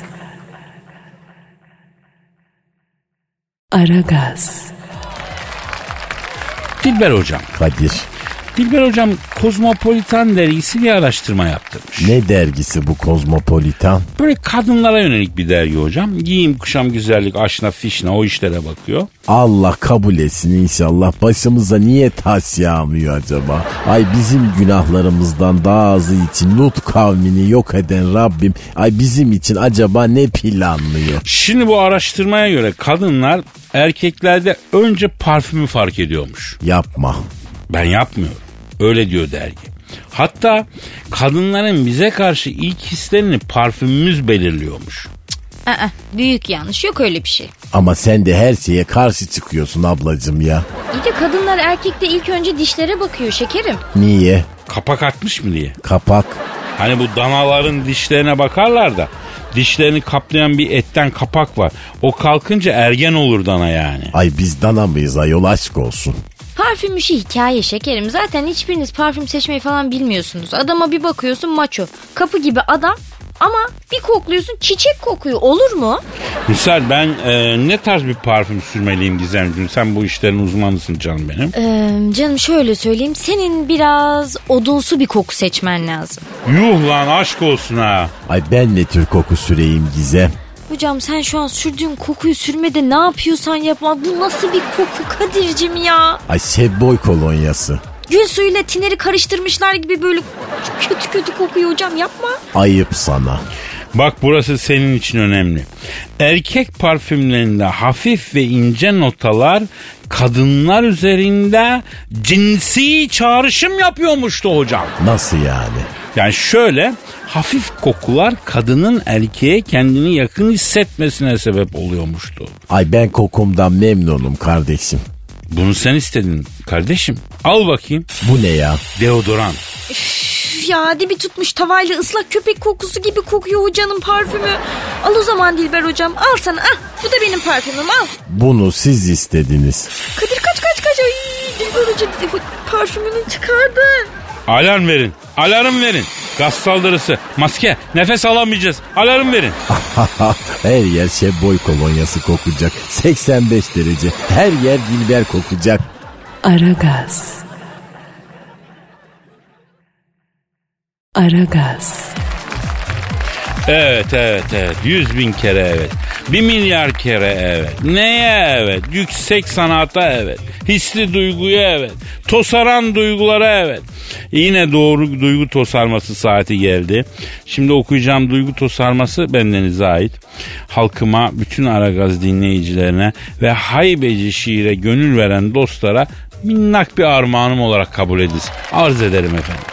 Dilber hocam. Kadir. Dilber hocam Kozmopolitan dergisi bir araştırma yaptırmış. Ne dergisi bu Kozmopolitan? Böyle kadınlara yönelik bir dergi hocam. Giyim, kuşam, güzellik, aşna, fişna o işlere bakıyor. Allah kabul etsin inşallah. Başımıza niye taş yağmıyor acaba? Ay bizim günahlarımızdan daha azı için Lut kavmini yok eden Rabbim ay bizim için acaba ne planlıyor? Şimdi bu araştırmaya göre kadınlar erkeklerde önce parfümü fark ediyormuş. Yapma. Ben yapmıyorum. Öyle diyor dergi. Hatta kadınların bize karşı ilk hislerini parfümümüz belirliyormuş. Büyük yanlış, yok öyle bir şey. Ama sen de her şeye karşı çıkıyorsun ablacığım ya. İyi de kadınlar erkekte ilk önce dişlere bakıyor şekerim. Niye? Kapak atmış mı diye. Kapak. Hani bu danaların dişlerine bakarlar da dişlerini kaplayan bir etten kapak var. O kalkınca ergen olur dana yani. Ay biz dana mıyız ayol, aşk olsun. Parfüm işi hikaye şekerim. Zaten hiçbiriniz parfüm seçmeyi falan bilmiyorsunuz. Adama bir bakıyorsun maço. Kapı gibi adam ama bir kokluyorsun çiçek kokuyor. Olur mu? Misal ben ne tarz bir parfüm sürmeliyim Gizemciğim? Sen bu işlerin uzmanısın canım benim. Canım şöyle söyleyeyim. Senin biraz odunsu bir koku seçmen lazım. Yuh lan aşk olsun ha. Ay ben ne tür koku süreyim Gizem? Hocam sen şu an sürdüğün kokuyu sürmede ne yapıyorsan yapma. Bu nasıl bir koku Kadir'cim ya? Ay Sebboy kolonyası. Gül suyuyla tineri karıştırmışlar gibi böyle kötü kokuyor hocam, yapma. Ayıp sana. Bak burası senin için önemli. Erkek parfümlerinde hafif ve ince notalar kadınlar üzerinde cinsi çağrışım yapıyormuştu hocam. Nasıl yani? Yani şöyle, hafif kokular kadının erkeğe kendini yakın hissetmesine sebep oluyormuştu. Ay ben kokumdan memnunum kardeşim. Bunu sen istedin kardeşim. Al bakayım. Bu ne ya? Deodorant. Ya dibi tutmuş tavayla ıslak köpek kokusu gibi kokuyor hocanın parfümü. Al o zaman Dilber hocam, al sana. Bu da benim parfümüm, al. Bunu siz istediniz. Kadir kaç. Ay Dilber hoca parfümünü çıkardı. Alarm verin. Alarm verin. Gaz saldırısı. Maske. Nefes alamayacağız. Alarm verin. Her yer Sebboy kolonyası kokacak. 85 derece. Her yer Dilber kokacak. Aragaz. Evet. 100.000 kere evet. 1 milyar kere evet. Neye evet? Yüksek sanata evet. Hisli duyguya evet. Tosaran duygulara evet. Yine doğru duygu tosarması saati geldi. Şimdi okuyacağım duygu tosarması bendenize ait. Halkıma, bütün Aragaz dinleyicilerine ve haybeci şiire gönül veren dostlara minnak bir armağanım olarak kabul edilsin. Arz ederim efendim.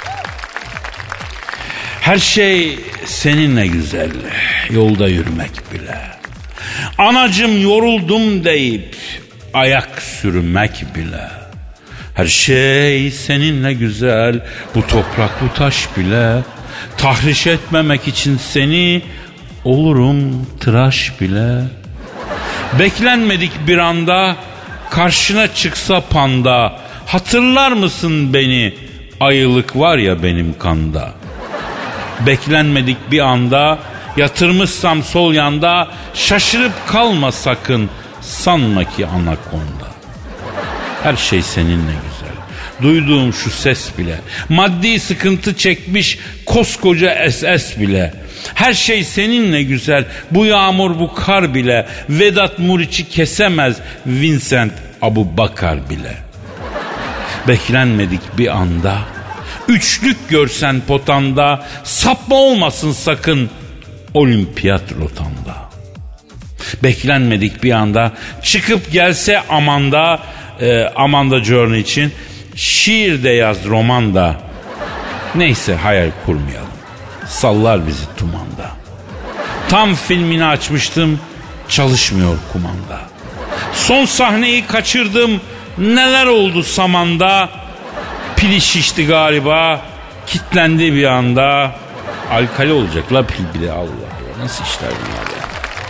Her şey seninle güzel, yolda yürümek bile. Anacım yoruldum deyip ayak sürmek bile. Her şey seninle güzel, bu toprak bu taş bile. Tahriş etmemek için seni olurum tıraş bile. Beklenmedik bir anda karşına çıksa panda, hatırlar mısın beni, ayılık var ya benim kanda. Beklenmedik bir anda, yatırmışsam sol yanda, şaşırıp kalma sakın, sanma ki anakonda. Her şey seninle güzel, duyduğum şu ses bile, maddi sıkıntı çekmiş koskoca SS bile. Her şey seninle güzel, bu yağmur bu kar bile, Vedat Muriç'i kesemez Vincent Abubakar bile. Beklenmedik bir anda, üçlük görsen potanda, sapma olmasın sakın olimpiyat rotanda. Beklenmedik bir anda, çıkıp gelse Amanda Journey için, şiir de yaz, roman da. Neyse, hayal kurmayalım, sallar bizi tumanda. Tam filmini açmıştım, çalışmıyor kumanda. Son sahneyi kaçırdım, neler oldu samanda. Pili şişti galiba, kitlendi bir anda. Alkali olacak la pil bile, Allah Allah, nasıl işler bunlar ya.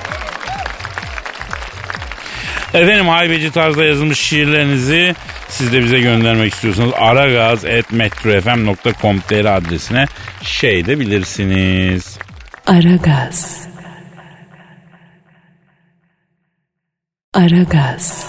Efendim, haybeci tarzda yazılmış şiirlerinizi siz de bize göndermek istiyorsanız aragaz@metrofm.com.tr adresine de bilirsiniz. Aragaz. Aragaz.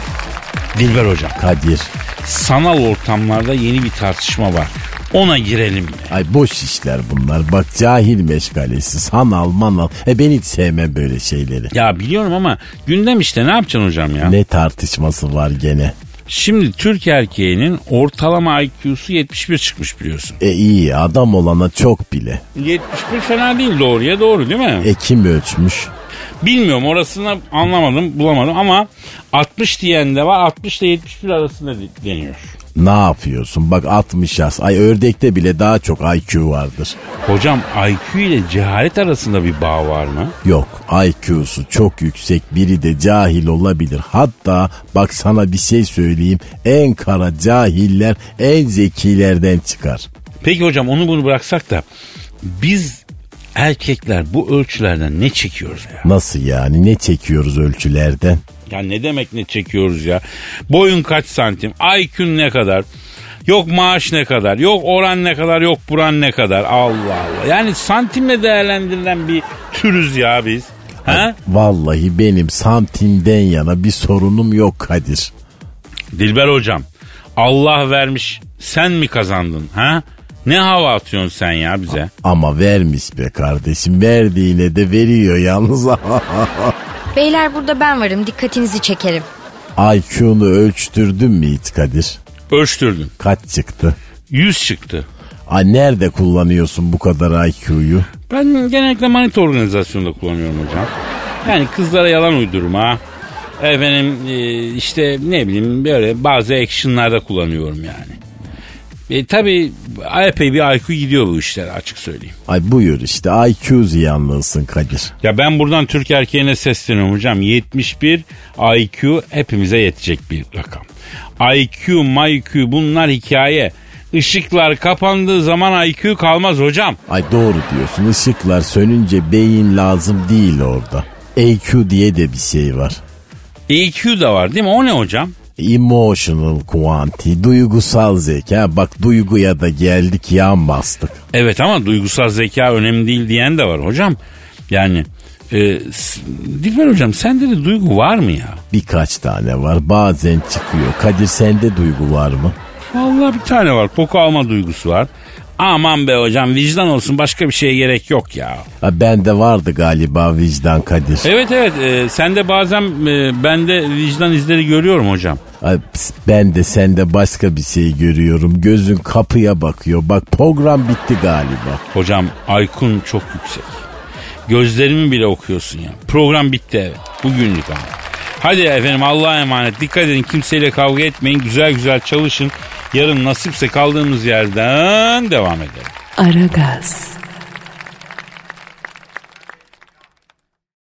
Dilber hocam. Kadir. Sanal ortamlarda yeni bir tartışma var. Ona girelim mi? Ay boş işler bunlar. Bak, cahil meşgalesi, sanal manal. Ben hiç sevmem böyle şeyleri. Ya biliyorum ama gündem işte, ne yapacaksın hocam ya? Ne tartışması var gene? Şimdi Türk erkeğinin ortalama IQ'su 71 çıkmış biliyorsun. İyi, adam olana çok bile. 71 fena değil, doğruya doğru değil mi? Kim ölçmüş? Bilmiyorum, orasını anlamadım, bulamadım ama 60 diyen de var, 60 ile 71 arasında deniyor. Ne yapıyorsun? Bak 60 yaz. Ay, ördekte bile daha çok IQ vardır. Hocam, IQ ile cehalet arasında bir bağ var mı? Yok, IQ'su çok yüksek biri de cahil olabilir. Hatta bak sana bir şey söyleyeyim, en kara cahiller en zekilerden çıkar. Peki hocam, onu bunu bıraksak da biz erkekler bu ölçülerden ne çekiyoruz ya? Nasıl yani, ne çekiyoruz ölçülerden? Ya ne demek ne çekiyoruz ya? Boyun kaç santim? IQ'un ne kadar? Yok maaş ne kadar? Yok oran ne kadar? Yok buran ne kadar? Allah Allah. Yani santimle değerlendirilen bir türüz ya biz. Ha? Vallahi benim santimden yana bir sorunum yok Kadir. Dilber hocam, Allah vermiş, sen mi kazandın? Ha? Ne hava atıyorsun sen ya bize? Ama vermiş be kardeşim, verdiğine de veriyor yalnız. Beyler, burada ben varım, dikkatinizi çekerim. IQ'nu ölçtürdün mü hiç Kadir? Ölçtürdüm. Kaç çıktı? 100 çıktı. Ay, nerede kullanıyorsun bu kadar IQ'yu? Ben genellikle manita organizasyonunda kullanıyorum hocam. Yani kızlara yalan uydurma. Efendim işte ne bileyim, böyle bazı action'larda kullanıyorum yani. Tabii epey bir IQ gidiyor bu işler, açık söyleyeyim. Ay buyur işte, IQ ziyanlısın Kadir. Ya ben buradan Türk erkeğine sesleniyorum hocam. 71 IQ hepimize yetecek bir rakam. IQ, MyQ bunlar hikaye. Işıklar kapandığı zaman IQ kalmaz hocam. Ay doğru diyorsun, ışıklar sönünce beyin lazım değil orada. EQ diye de bir şey var. EQ da var değil mi? O ne hocam? Emotional quantity, duygusal zeka. Bak, duyguya da geldik, yan bastık. Evet ama duygusal zeka önemli değil diyen de var hocam. Yani Dilber hocam, sende de duygu var mı ya? Birkaç tane var, bazen çıkıyor. Kadir, sende duygu var mı? Vallahi bir tane var, koku alma duygusu var. Aman be hocam, vicdan olsun, başka bir şeye gerek yok ya. Bende vardı galiba vicdan Kadir. Evet sende bazen bende vicdan izleri görüyorum hocam. Ben de sende başka bir şey görüyorum. Gözün kapıya bakıyor. Bak, program bitti galiba. Hocam IQ'un çok yüksek. Gözlerimi bile okuyorsun ya. Program bitti, evet. Bugünlük ama. Hadi efendim, Allah'a emanet. Dikkat edin, kimseyle kavga etmeyin. Güzel güzel çalışın. Yarın nasipse kaldığımız yerden devam edelim. Aragaz.